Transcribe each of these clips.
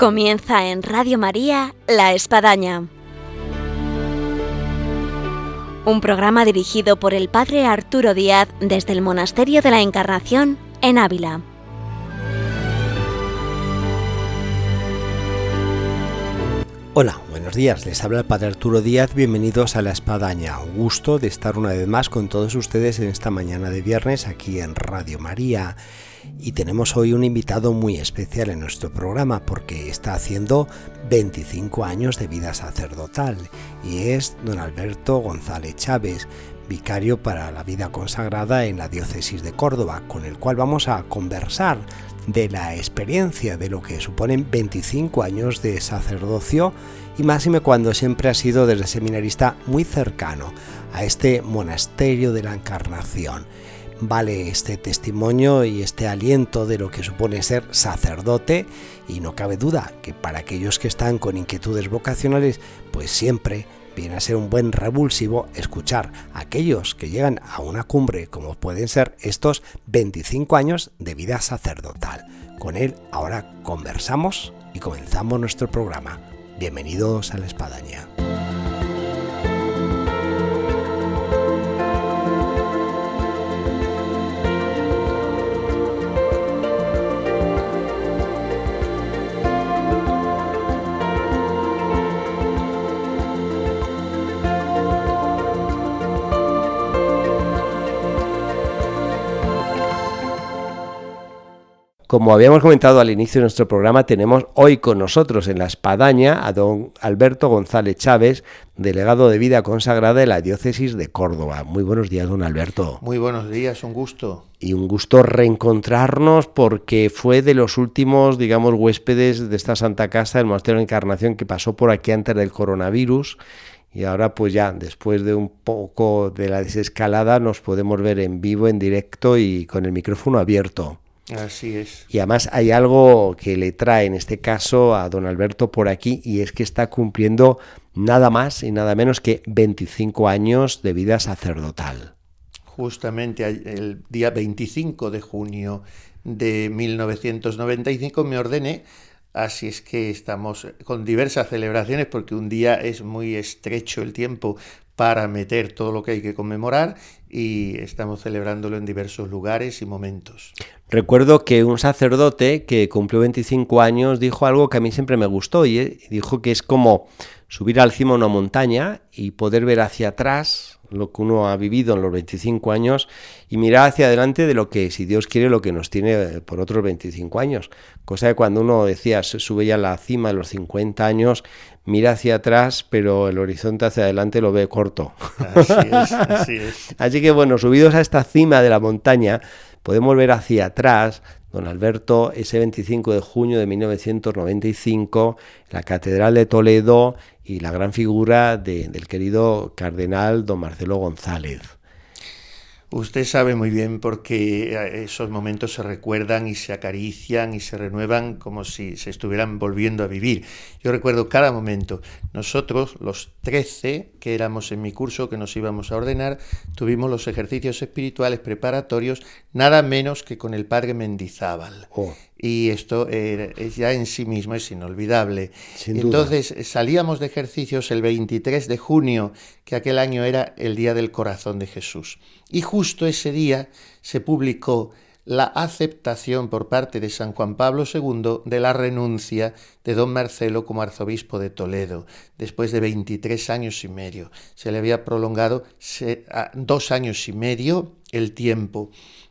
Comienza en Radio María La Espadaña, un programa dirigido por el Padre Arturo Díaz desde el Monasterio de la Encarnación en Ávila. Hola, buenos días, les habla el Padre Arturo Díaz, bienvenidos a La Espadaña. Un gusto de estar una vez más con todos ustedes en esta mañana de viernes aquí en Radio María. Y tenemos hoy un invitado muy especial en nuestro programa porque está haciendo 25 años de vida sacerdotal y es don Alberto González Chávez, vicario para la vida consagrada en la diócesis de Córdoba, con el cual vamos a conversar de la experiencia de lo que suponen 25 años de sacerdocio y máxime cuando siempre ha sido desde seminarista muy cercano a este monasterio de la Encarnación. Vale este testimonio y este aliento de lo que supone ser sacerdote y no cabe duda que para aquellos que están con inquietudes vocacionales pues siempre viene a ser un buen revulsivo escuchar a aquellos que llegan a una cumbre como pueden ser estos 25 años de vida sacerdotal. Con él ahora conversamos y comenzamos nuestro programa. Bienvenidos a La Espadaña. Como habíamos comentado al inicio de nuestro programa, tenemos hoy con nosotros en La Espadaña a don Alberto González Chávez, delegado de vida consagrada de la diócesis de Córdoba. Muy buenos días, don Alberto. Muy buenos días, un gusto. Y un gusto reencontrarnos porque fue de los últimos, digamos, huéspedes de esta Santa Casa, el Monasterio de la Encarnación, que pasó por aquí antes del coronavirus. Y ahora pues ya, después de un poco de la desescalada, nos podemos ver en vivo, en directo y con el micrófono abierto. Así es. Y además hay algo que le trae en este caso a don Alberto por aquí y es que está cumpliendo nada más y nada menos que 25 años de vida sacerdotal. Justamente el día 25 de junio de 1995 me ordené, así es que estamos con diversas celebraciones porque un día es muy estrecho el tiempo para meter todo lo que hay que conmemorar y estamos celebrándolo en diversos lugares y momentos. Recuerdo que un sacerdote que cumplió 25 años dijo algo que a mí siempre me gustó y dijo que es como subir al cima de una montaña y poder ver hacia atrás lo que uno ha vivido en los 25 años y mirar hacia adelante de lo que, si Dios quiere, lo que nos tiene por otros 25 años. Cosa que cuando uno decía, se sube ya a la cima de los 50 años, mira hacia atrás, pero el horizonte hacia adelante lo ve corto. Así es, así es. Así que bueno, subidos a esta cima de la montaña, podemos ver hacia atrás, don Alberto, ese 25 de junio de 1995, la Catedral de Toledo y la gran figura del querido cardenal don Marcelo González. Usted sabe muy bien porque esos momentos se recuerdan y se acarician y se renuevan como si se estuvieran volviendo a vivir. Yo recuerdo cada momento. Nosotros, los 13 que éramos en mi curso, que nos íbamos a ordenar, tuvimos los ejercicios espirituales preparatorios nada menos que con el padre Mendizábal. Oh. Y esto ya en sí mismo es inolvidable. Sin duda. Entonces salíamos de ejercicios el 23 de junio, que aquel año era el Día del Corazón de Jesús. Y justo ese día se publicó la aceptación por parte de San Juan Pablo II de la renuncia de don Marcelo como arzobispo de Toledo, después de 23 años y medio. Se le había prolongado 2 años y medio el tiempo.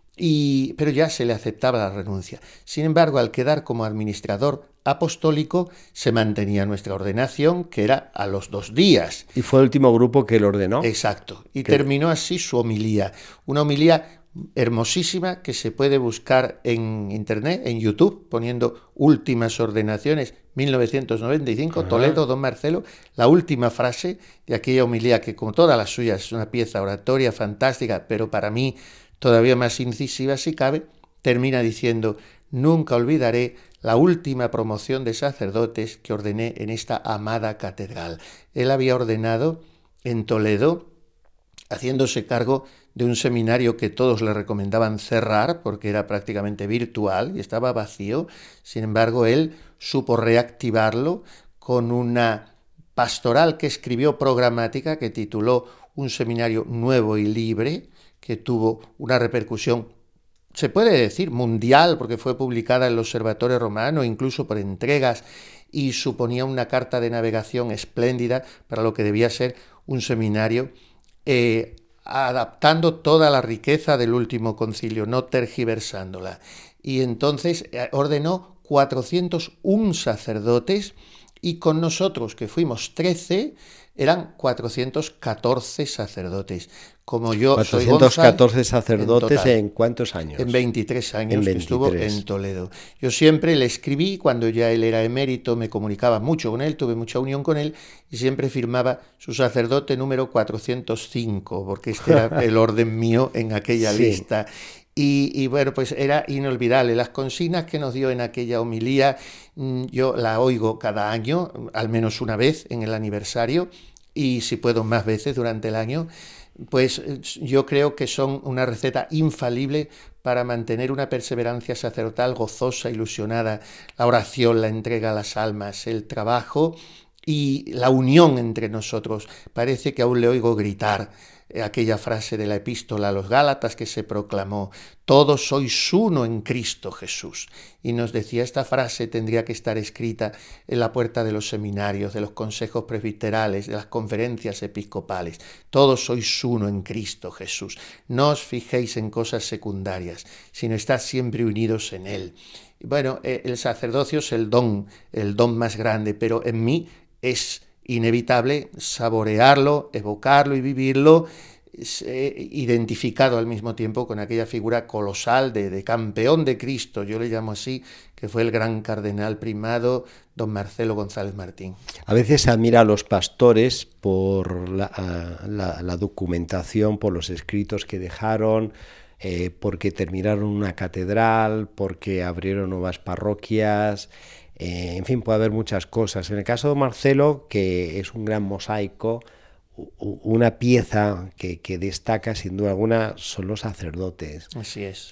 Pero ya se le aceptaba la renuncia. Sin embargo, al quedar como administrador apostólico, se mantenía nuestra ordenación, que era a los 2 días. Y fue el último grupo que lo ordenó. Exacto. Y terminó así su homilía. Una homilía hermosísima que se puede buscar en internet, en YouTube, poniendo últimas ordenaciones, 1995, Ajá. Toledo, don Marcelo, la última frase de aquella homilía que, como todas las suyas, es una pieza oratoria fantástica, pero para mí todavía más incisiva si cabe, termina diciendo: nunca olvidaré la última promoción de sacerdotes que ordené en esta amada catedral. Él había ordenado en Toledo haciéndose cargo de un seminario que todos le recomendaban cerrar porque era prácticamente virtual y estaba vacío. Sin embargo, él supo reactivarlo con una pastoral que escribió programática que tituló Un seminario nuevo y libre, que tuvo una repercusión, se puede decir, mundial, porque fue publicada en el Observatorio Romano, incluso por entregas, y suponía una carta de navegación espléndida para lo que debía ser un seminario, adaptando toda la riqueza del último concilio, no tergiversándola. Y entonces ordenó 401 sacerdotes, y con nosotros, que fuimos 13, eran 414 sacerdotes. Como yo 414 soy sacerdotes en ¿cuántos años? En 23 años en 23. Que estuvo en Toledo. Yo siempre le escribí, cuando ya él era emérito, me comunicaba mucho con él, tuve mucha unión con él, y siempre firmaba su sacerdote número 405, porque este era el orden mío en aquella lista. Y bueno, pues era inolvidable. Las consignas que nos dio en aquella homilía, yo la oigo cada año, al menos una vez en el aniversario, y si puedo más veces durante el año. Pues yo creo que son una receta infalible para mantener una perseverancia sacerdotal gozosa, ilusionada, la oración, la entrega a las almas, el trabajo y la unión entre nosotros. Parece que aún le oigo gritar aquella frase de la epístola a los Gálatas que se proclamó: todos sois uno en Cristo Jesús. Y nos decía, esta frase tendría que estar escrita en la puerta de los seminarios, de los consejos presbiterales, de las conferencias episcopales. Todos sois uno en Cristo Jesús. No os fijéis en cosas secundarias, sino estad siempre unidos en Él. Bueno, el sacerdocio es el don más grande, pero en mí es inevitable saborearlo, evocarlo y vivirlo, identificado al mismo tiempo con aquella figura colosal de campeón de Cristo, yo le llamo así, que fue el gran cardenal primado, don Marcelo González Martín. A veces se admira a los pastores por la documentación, por los escritos que dejaron, porque terminaron una catedral, porque abrieron nuevas parroquias. En fin, puede haber muchas cosas. En el caso de Marcelo, que es un gran mosaico, una pieza que destaca sin duda alguna son los sacerdotes. Así es.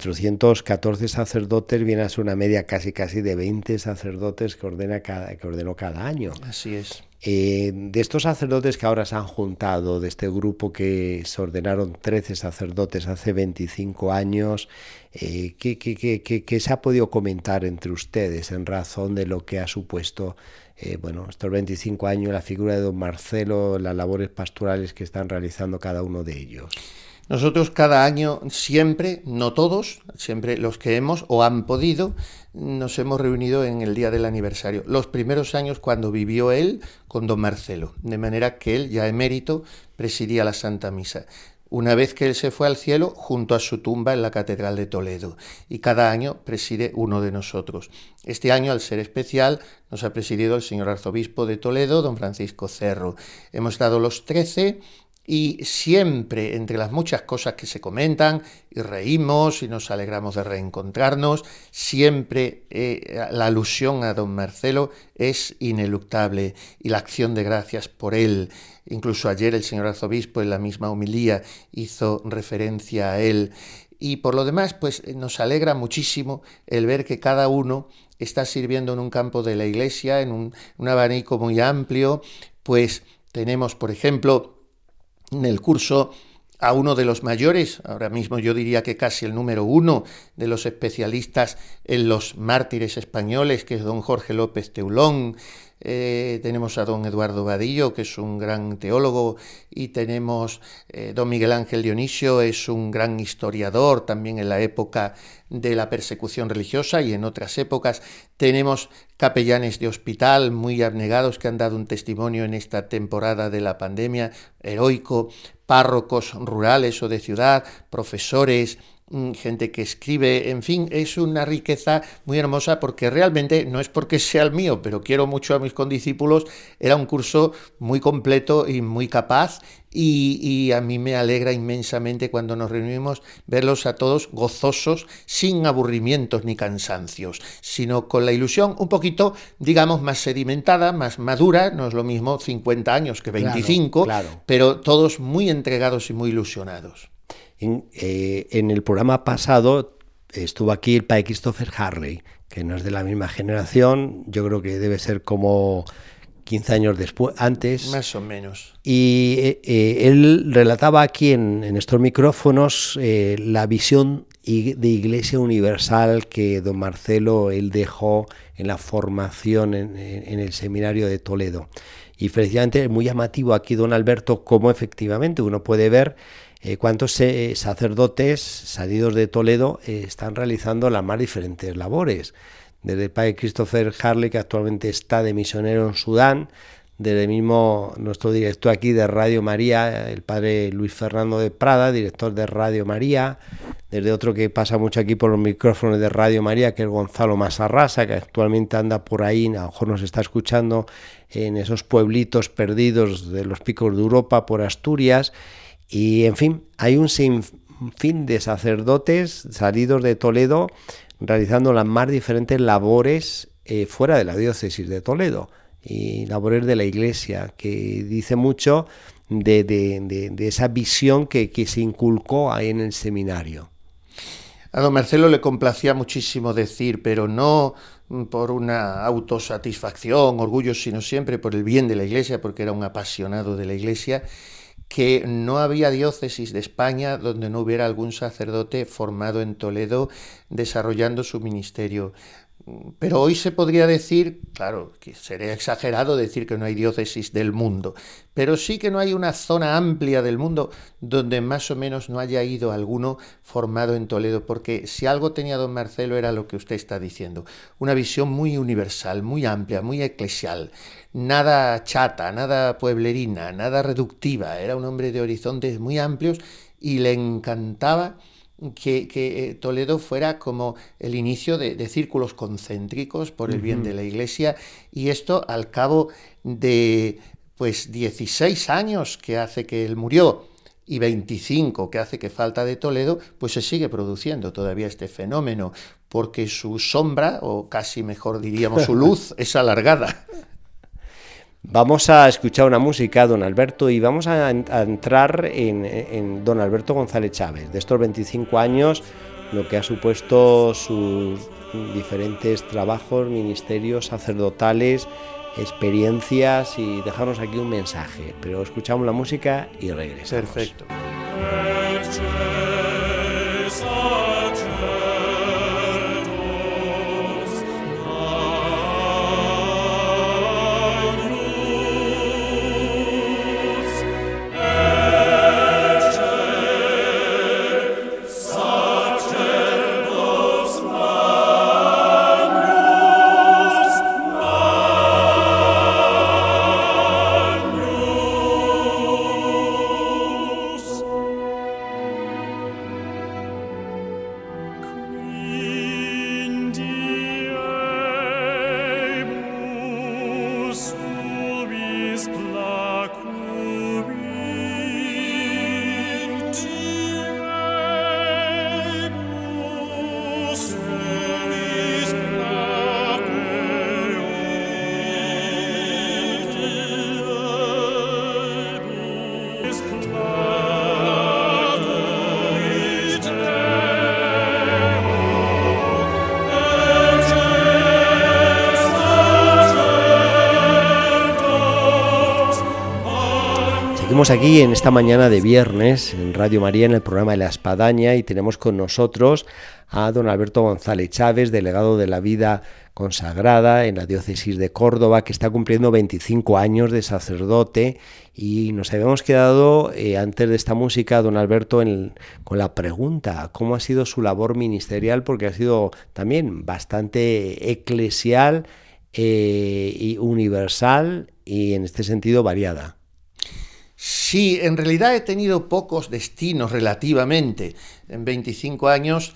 414 sacerdotes viene a ser una media casi de 20 sacerdotes que ordenó cada año. Así es. De estos sacerdotes que ahora se han juntado, de este grupo que se ordenaron 13 sacerdotes hace 25 años, ¿qué se ha podido comentar entre ustedes en razón de lo que ha supuesto estos 25 años, la figura de don Marcelo, las labores pastorales que están realizando cada uno de ellos? Nosotros cada año siempre, no todos, siempre los que hemos o han podido, nos hemos reunido en el día del aniversario. Los primeros años cuando vivió él con don Marcelo, de manera que él, ya emérito, presidía la Santa Misa. Una vez que él se fue al cielo, junto a su tumba en la Catedral de Toledo, y cada año preside uno de nosotros. Este año, al ser especial, nos ha presidido el señor arzobispo de Toledo, don Francisco Cerro. Hemos dado los 13 y siempre, entre las muchas cosas que se comentan, y reímos y nos alegramos de reencontrarnos, siempre la alusión a don Marcelo es ineluctable, y la acción de gracias por él. Incluso ayer el señor arzobispo en la misma homilía hizo referencia a él. Y por lo demás, pues nos alegra muchísimo el ver que cada uno está sirviendo en un campo de la Iglesia, en un abanico muy amplio. Pues tenemos, por ejemplo, en el curso a uno de los mayores, ahora mismo yo diría que casi el número 1 de los especialistas en los mártires españoles, que es don Jorge López Teulón. Tenemos a don Eduardo Vadillo, que es un gran teólogo, y tenemos don Miguel Ángel Dionisio, es un gran historiador también en la época de la persecución religiosa y en otras épocas. Tenemos capellanes de hospital muy abnegados que han dado un testimonio en esta temporada de la pandemia heroico, párrocos rurales o de ciudad, profesores, gente que escribe, en fin, es una riqueza muy hermosa porque realmente, no es porque sea el mío, pero quiero mucho a mis condiscípulos, era un curso muy completo y muy capaz y a mí me alegra inmensamente cuando nos reunimos verlos a todos gozosos, sin aburrimientos ni cansancios, sino con la ilusión un poquito, digamos, más sedimentada, más madura, no es lo mismo 50 años que 25, claro. pero todos muy entregados y muy ilusionados. En el programa pasado estuvo aquí el padre Christopher Harley, que no es de la misma generación, yo creo que debe ser como 15 años después, antes. Más o menos. Y él relataba aquí en estos micrófonos la visión de Iglesia Universal que don Marcelo él dejó en la formación en el seminario de Toledo. Y precisamente es muy llamativo aquí don Alberto cómo efectivamente uno puede ver cuántos sacerdotes salidos de Toledo están realizando las más diferentes labores. Desde el padre Christopher Harley, que actualmente está de misionero en Sudán, desde mismo nuestro director aquí de Radio María, el padre Luis Fernando de Prada, director de Radio María, desde otro que pasa mucho aquí por los micrófonos de Radio María, que es Gonzalo Masarrasa, que actualmente anda por ahí, a lo mejor nos está escuchando en esos pueblitos perdidos de los picos de Europa, por Asturias. Y en fin, hay un sinfín de sacerdotes salidos de Toledo realizando las más diferentes labores fuera de la diócesis de Toledo y labores de la Iglesia, que dice mucho de esa visión que se inculcó ahí en el seminario. A don Marcelo le complacía muchísimo decir, pero no por una autosatisfacción, orgullo, sino siempre por el bien de la Iglesia, porque era un apasionado de la Iglesia, que no había diócesis de España donde no hubiera algún sacerdote formado en Toledo desarrollando su ministerio. Pero hoy se podría decir, claro, que sería exagerado decir que no hay diócesis del mundo, pero sí que no hay una zona amplia del mundo donde más o menos no haya ido alguno formado en Toledo, porque si algo tenía don Marcelo era lo que usted está diciendo, una visión muy universal, muy amplia, muy eclesial, nada chata, nada pueblerina, nada reductiva, era un hombre de horizontes muy amplios y le encantaba que Toledo fuera como el inicio de círculos concéntricos por el bien de la Iglesia, y esto al cabo de 16 años que hace que él murió y 25 que hace que falta de Toledo, pues se sigue produciendo todavía este fenómeno, porque su sombra, o casi mejor diríamos su luz, es alargada. Vamos a escuchar una música, don Alberto, y vamos a entrar en don Alberto González Chávez, de estos 25 años, lo que ha supuesto sus diferentes trabajos, ministerios sacerdotales, experiencias, y dejarnos aquí un mensaje. Pero escuchamos la música y regresamos. Perfecto. Seguimos aquí en esta mañana de viernes en Radio María, en el programa de La Espadaña, y tenemos con nosotros a don Alberto González Chávez, delegado de la vida consagrada en la diócesis de Córdoba, que está cumpliendo 25 años de sacerdote. Y nos habíamos quedado antes de esta música, don Alberto, con la pregunta: ¿cómo ha sido su labor ministerial? Porque ha sido también bastante eclesial y universal, y en este sentido variada. Sí, en realidad he tenido pocos destinos relativamente. En 25 años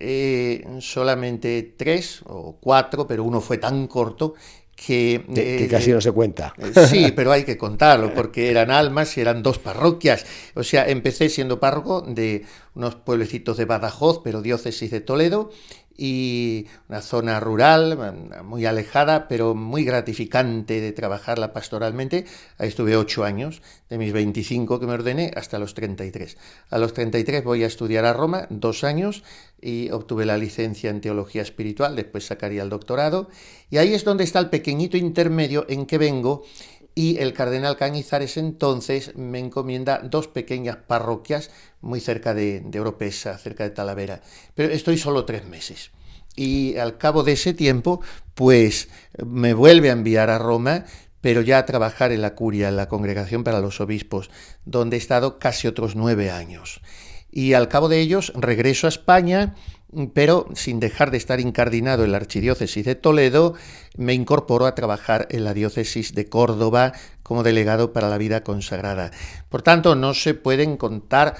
solamente 3 o 4, pero uno fue tan corto que casi no se cuenta. Sí, pero hay que contarlo, porque eran almas y eran 2 parroquias. O sea, empecé siendo párroco de unos pueblecitos de Badajoz, pero diócesis de Toledo, y una zona rural, muy alejada, pero muy gratificante de trabajarla pastoralmente. Ahí estuve 8 años, de mis 25 que me ordené hasta los 33. A los 33 voy a estudiar a Roma, 2 años, y obtuve la licencia en Teología Espiritual, después sacaría el doctorado, y ahí es donde está el pequeñito intermedio en que vengo, y el cardenal Cañizares entonces me encomienda 2 pequeñas parroquias muy cerca de Oropesa, cerca de Talavera, pero estoy solo 3 meses. Y al cabo de ese tiempo, pues me vuelve a enviar a Roma, pero ya a trabajar en la curia, en la Congregación para los Obispos, donde he estado casi otros 9 años. Y al cabo de ellos regreso a España, pero sin dejar de estar incardinado en la Archidiócesis de Toledo, me incorporo a trabajar en la Diócesis de Córdoba como delegado para la vida consagrada. Por tanto, no se pueden contar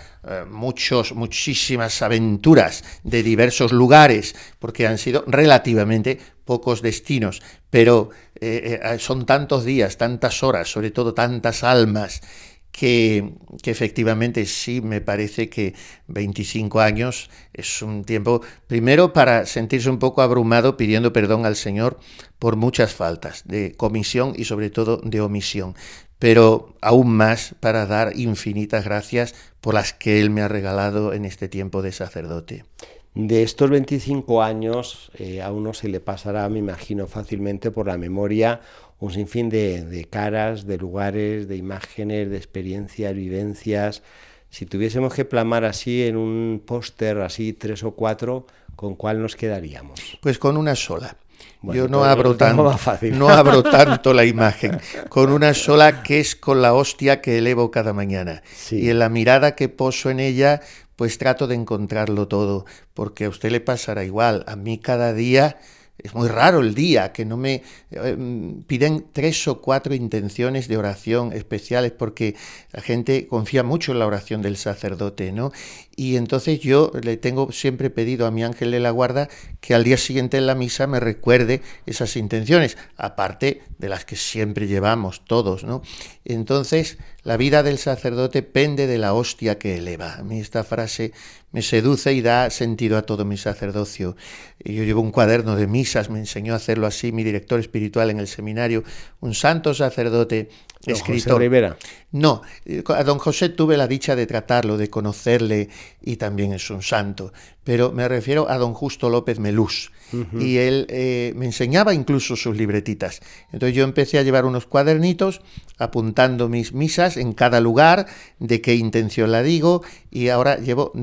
muchísimas aventuras de diversos lugares, porque han sido relativamente pocos destinos, pero son tantos días, tantas horas, sobre todo tantas almas, que efectivamente sí me parece que 25 años es un tiempo, primero para sentirse un poco abrumado pidiendo perdón al Señor por muchas faltas de comisión y sobre todo de omisión, pero aún más para dar infinitas gracias por las que Él me ha regalado en este tiempo de sacerdote. De estos 25 años a uno se le pasará, me imagino, fácilmente por la memoria un sinfín de caras, de lugares, de imágenes, de experiencias, vivencias. Si tuviésemos que plasmar así en un póster, así 3 o 4, ¿con cuál nos quedaríamos? Pues con una sola. Bueno, yo no abro tanto la imagen, con una sola, que es con la hostia que elevo cada mañana. Sí. Y en la mirada que poso en ella, pues trato de encontrarlo todo, porque a usted le pasará igual. A mí cada día, es muy raro el día que no me piden 3 o 4 intenciones de oración especiales, porque la gente confía mucho en la oración del sacerdote, ¿no? Y entonces yo le tengo siempre pedido a mi ángel de la guarda que al día siguiente en la misa me recuerde esas intenciones, aparte de las que siempre llevamos todos, ¿no? Entonces, la vida del sacerdote pende de la hostia que eleva. A mí esta frase me seduce y da sentido a todo mi sacerdocio. Yo llevo un cuaderno de misas, me enseñó a hacerlo así mi director espiritual en el seminario, un santo sacerdote, escritor. ¿José Rivera? No, a don José tuve la dicha de tratarlo, de conocerle, y también es un santo, pero me refiero a don Justo López Melús, y él me enseñaba incluso sus libretitas. Entonces yo empecé a llevar unos cuadernitos apuntando mis misas en cada lugar, de qué intención la digo, y ahora llevo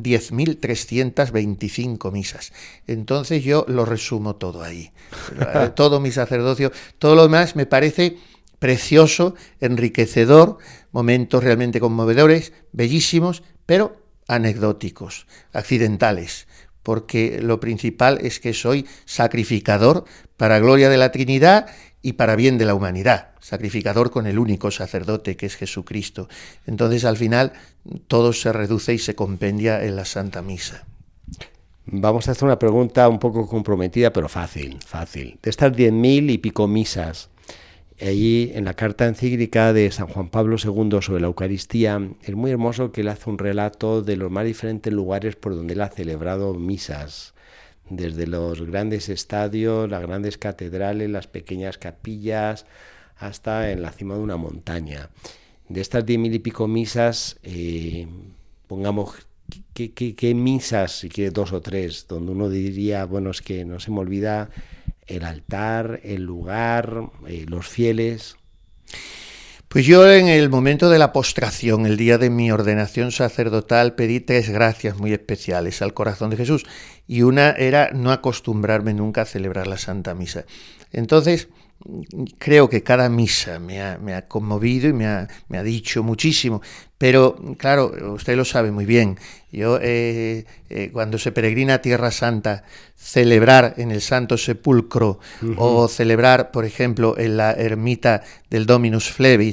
10.325 misas. Entonces yo lo resumo todo ahí, todo mi sacerdocio, todo lo demás me parece precioso, enriquecedor, momentos realmente conmovedores, bellísimos, pero anecdóticos, accidentales, porque lo principal es que soy sacrificador para gloria de la Trinidad y para bien de la humanidad, sacrificador con el único sacerdote que es Jesucristo. Entonces al final todo se reduce y se compendia en la Santa Misa. Vamos a hacer una pregunta un poco comprometida, pero fácil. De estas 10.000 y pico misas, allí en la carta encíclica de San Juan Pablo II sobre la Eucaristía, es muy hermoso que él hace un relato de los más diferentes lugares por donde él ha celebrado misas, desde los grandes estadios, las grandes catedrales, las pequeñas capillas, hasta en la cima de una montaña. De estas 10.000 y pico misas, pongamos ¿qué misas, si quiere 2 o 3, donde uno diría, bueno, es que no se me olvida el altar, el lugar, los fieles? Pues yo en el momento de la postración, el día de mi ordenación sacerdotal, pedí 3 gracias muy especiales al corazón de Jesús, y una era no acostumbrarme nunca a celebrar la Santa Misa. Entonces, creo que cada misa me ha conmovido y me ha dicho muchísimo, pero claro, usted lo sabe muy bien, yo cuando se peregrina a Tierra Santa, celebrar en el Santo Sepulcro o celebrar, por ejemplo, en la ermita del Dominus Flevit,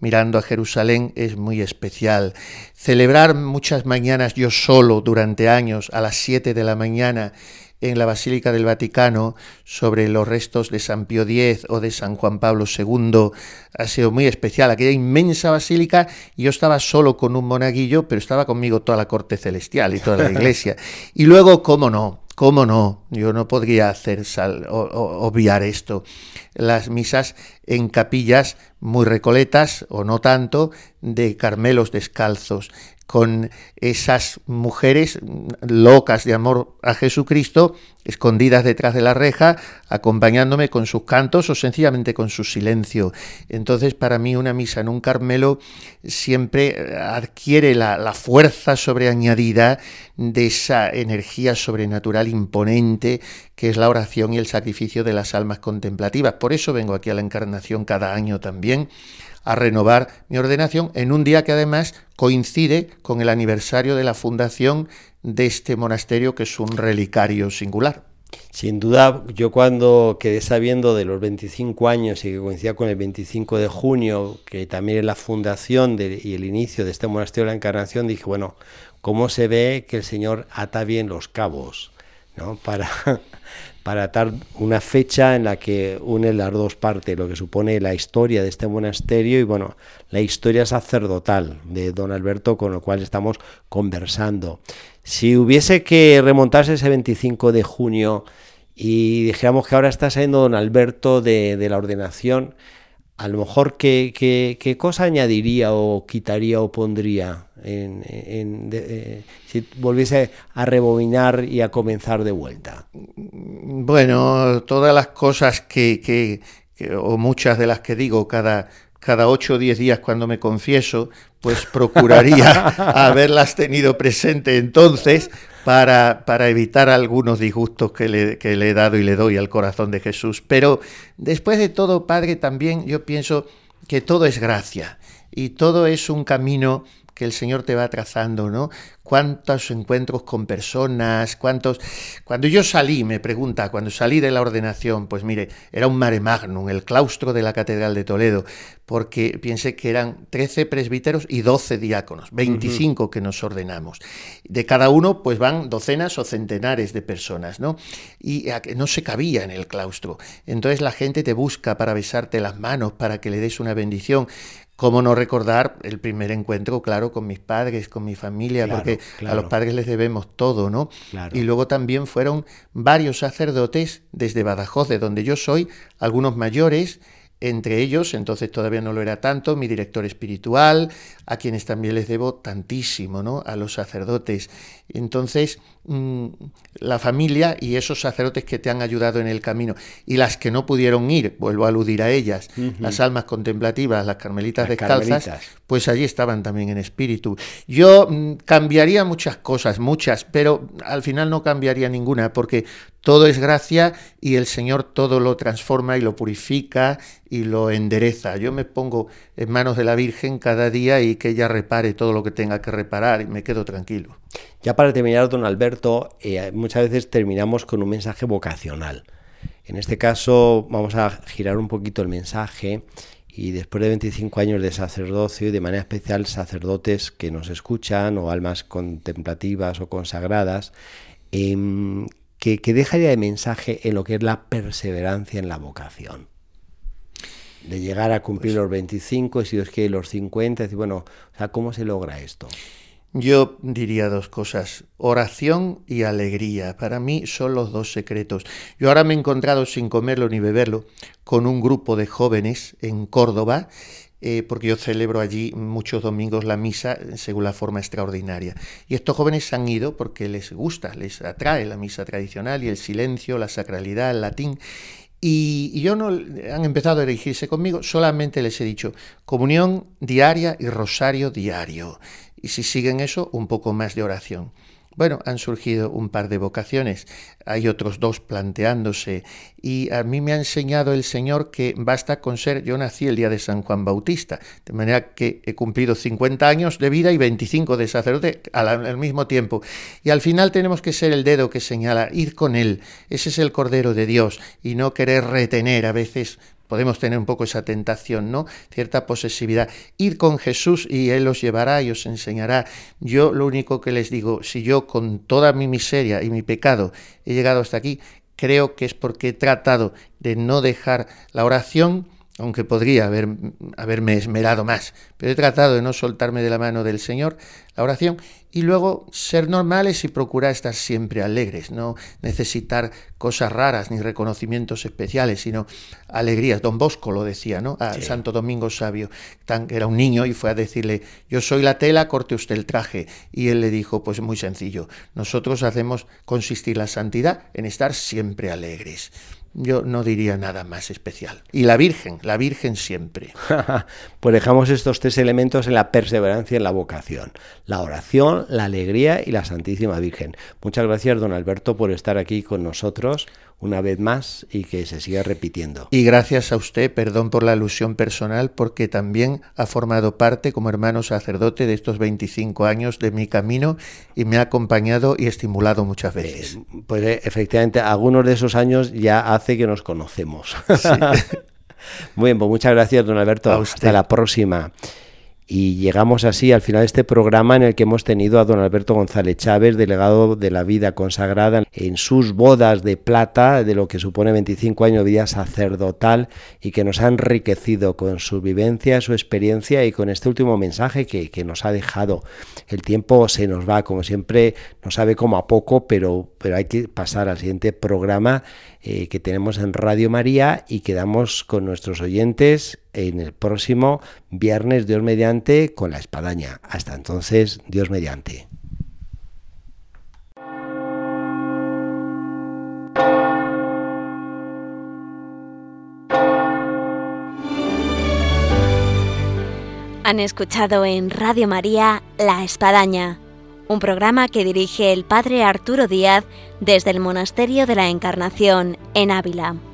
mirando a Jerusalén es muy especial. Celebrar muchas mañanas yo solo durante años a las 7 de la mañana en la Basílica del Vaticano sobre los restos de San Pío X o de San Juan Pablo II ha sido muy especial. Aquella inmensa basílica, yo estaba solo con un monaguillo, pero estaba conmigo toda la corte celestial y toda la iglesia. Y luego, ¿cómo no? Yo no podría obviar esto. Las misas en capillas muy recoletas, o no tanto, de Carmelos descalzos, con esas mujeres locas de amor a Jesucristo, escondidas detrás de la reja, acompañándome con sus cantos o sencillamente con su silencio. Entonces, para mí, una misa en un Carmelo siempre adquiere la fuerza sobreañadida de esa energía sobrenatural imponente que es la oración y el sacrificio de las almas contemplativas. Por eso vengo aquí a la Encarnación cada año también, a renovar mi ordenación en un día que además coincide con el aniversario de la fundación de este monasterio, que es un relicario singular. Sin duda, yo cuando quedé sabiendo de los 25 años y que coincidía con el 25 de junio, que también es la fundación y el inicio de este monasterio de la Encarnación, dije, bueno, ¿cómo se ve que el Señor ata bien los cabos, ¿no? Para atar una fecha en la que une las dos partes, lo que supone la historia de este monasterio y, bueno, la historia sacerdotal de don Alberto, con lo cual estamos conversando. Si hubiese que remontarse ese 25 de junio y dijéramos que ahora está saliendo don Alberto de la ordenación, a lo mejor, ¿qué cosa añadiría o quitaría o pondría si volviese a rebobinar y a comenzar de vuelta? Bueno, todas las cosas o muchas de las que digo cada 8 o 10 días cuando me confieso, pues procuraría haberlas tenido presente entonces para evitar algunos disgustos que le he dado y le doy al corazón de Jesús. Pero después de todo, Padre, también yo pienso que todo es gracia y todo es un camino que el Señor te va trazando, ¿no? Cuántos encuentros con personas, Cuando yo salí, me pregunta, cuando salí de la ordenación, pues mire, era un mare magnum, el claustro de la Catedral de Toledo, porque piense que eran 13 presbíteros y 12 diáconos, 25 que nos ordenamos. De cada uno, pues van docenas o centenares de personas, ¿no? Y no se cabía en el claustro. Entonces la gente te busca para besarte las manos, para que le des una bendición. ¿Cómo no recordar el primer encuentro, claro, con mis padres, con mi familia? Claro, porque a los padres les debemos todo, ¿no? Claro. Y luego también fueron varios sacerdotes desde Badajoz, de donde yo soy, algunos mayores, entre ellos, entonces todavía no lo era tanto, mi director espiritual, a quienes también les debo tantísimo, ¿no? A los sacerdotes. Entonces, la familia y esos sacerdotes que te han ayudado en el camino, y las que no pudieron ir, vuelvo a aludir a ellas, las almas contemplativas, las carmelitas descalzas, pues allí estaban también en espíritu. Yo cambiaría muchas cosas, pero al final no cambiaría ninguna, porque todo es gracia y el Señor todo lo transforma y lo purifica y lo endereza. Yo me pongo en manos de la Virgen cada día y que ella repare todo lo que tenga que reparar y me quedo tranquilo. Ya para terminar, don Alberto, muchas veces terminamos con un mensaje vocacional. En este caso vamos a girar un poquito el mensaje y después de 25 años de sacerdocio y de manera especial sacerdotes que nos escuchan o almas contemplativas o consagradas, ¿qué dejaría de mensaje en lo que es la perseverancia en la vocación? De llegar a cumplir los 25 y si Dios quiere los 50, y bueno, o sea, ¿cómo se logra esto? Yo diría dos cosas, oración y alegría. Para mí son los dos secretos. Yo ahora me he encontrado, sin comerlo ni beberlo, con un grupo de jóvenes en Córdoba, porque yo celebro allí muchos domingos la misa según la forma extraordinaria. Y estos jóvenes han ido porque les gusta, les atrae la misa tradicional y el silencio, la sacralidad, el latín. Y yo no han empezado a dirigirse conmigo, solamente les he dicho comunión diaria y rosario diario. Y si siguen eso, un poco más de oración. Bueno, han surgido un par de vocaciones, hay otros 2 planteándose, y a mí me ha enseñado el Señor que basta con ser, yo nací el día de San Juan Bautista, de manera que he cumplido 50 años de vida y 25 de sacerdote al mismo tiempo, y al final tenemos que ser el dedo que señala, ir con Él, ese es el Cordero de Dios, y no querer retener a veces podemos tener un poco esa tentación, ¿no? Cierta posesividad. Id con Jesús y Él os llevará y os enseñará. Yo lo único que les digo, si yo con toda mi miseria y mi pecado he llegado hasta aquí, creo que es porque he tratado de no dejar la oración, aunque podría haberme esmerado más, pero he tratado de no soltarme de la mano del Señor, la oración, y luego ser normales y procurar estar siempre alegres, no necesitar cosas raras ni reconocimientos especiales, sino alegrías. Don Bosco lo decía, ¿no? A Santo Domingo Sabio, era un niño y fue a decirle, yo soy la tela, corte usted el traje, y él le dijo, pues muy sencillo, nosotros hacemos consistir la santidad en estar siempre alegres. Yo no diría nada más especial. Y la Virgen siempre. Pues dejamos estos 3 elementos en la perseverancia y en la vocación. La oración, la alegría y la Santísima Virgen. Muchas gracias, don Alberto, por estar aquí con nosotros una vez más y que se siga repitiendo. Y gracias a usted, perdón por la alusión personal, porque también ha formado parte como hermano sacerdote de estos 25 años de mi camino y me ha acompañado y estimulado muchas veces. Pues efectivamente, algunos de esos años ya hace que nos conocemos. Sí. Muy bien, pues muchas gracias, don Alberto. Hasta la próxima. Y llegamos así al final de este programa en el que hemos tenido a don Alberto González Chávez, delegado de la vida consagrada, en sus bodas de plata, de lo que supone 25 años de vida sacerdotal, y que nos ha enriquecido con su vivencia, su experiencia y con este último mensaje que nos ha dejado. El tiempo se nos va, como siempre, no sabe cómo a poco, pero hay que pasar al siguiente programa que tenemos en Radio María y quedamos con nuestros oyentes en el próximo viernes, Dios mediante, con La Espadaña. Hasta entonces, Dios mediante. Han escuchado en Radio María La Espadaña, un programa que dirige el padre Arturo Díaz desde el Monasterio de la Encarnación en Ávila.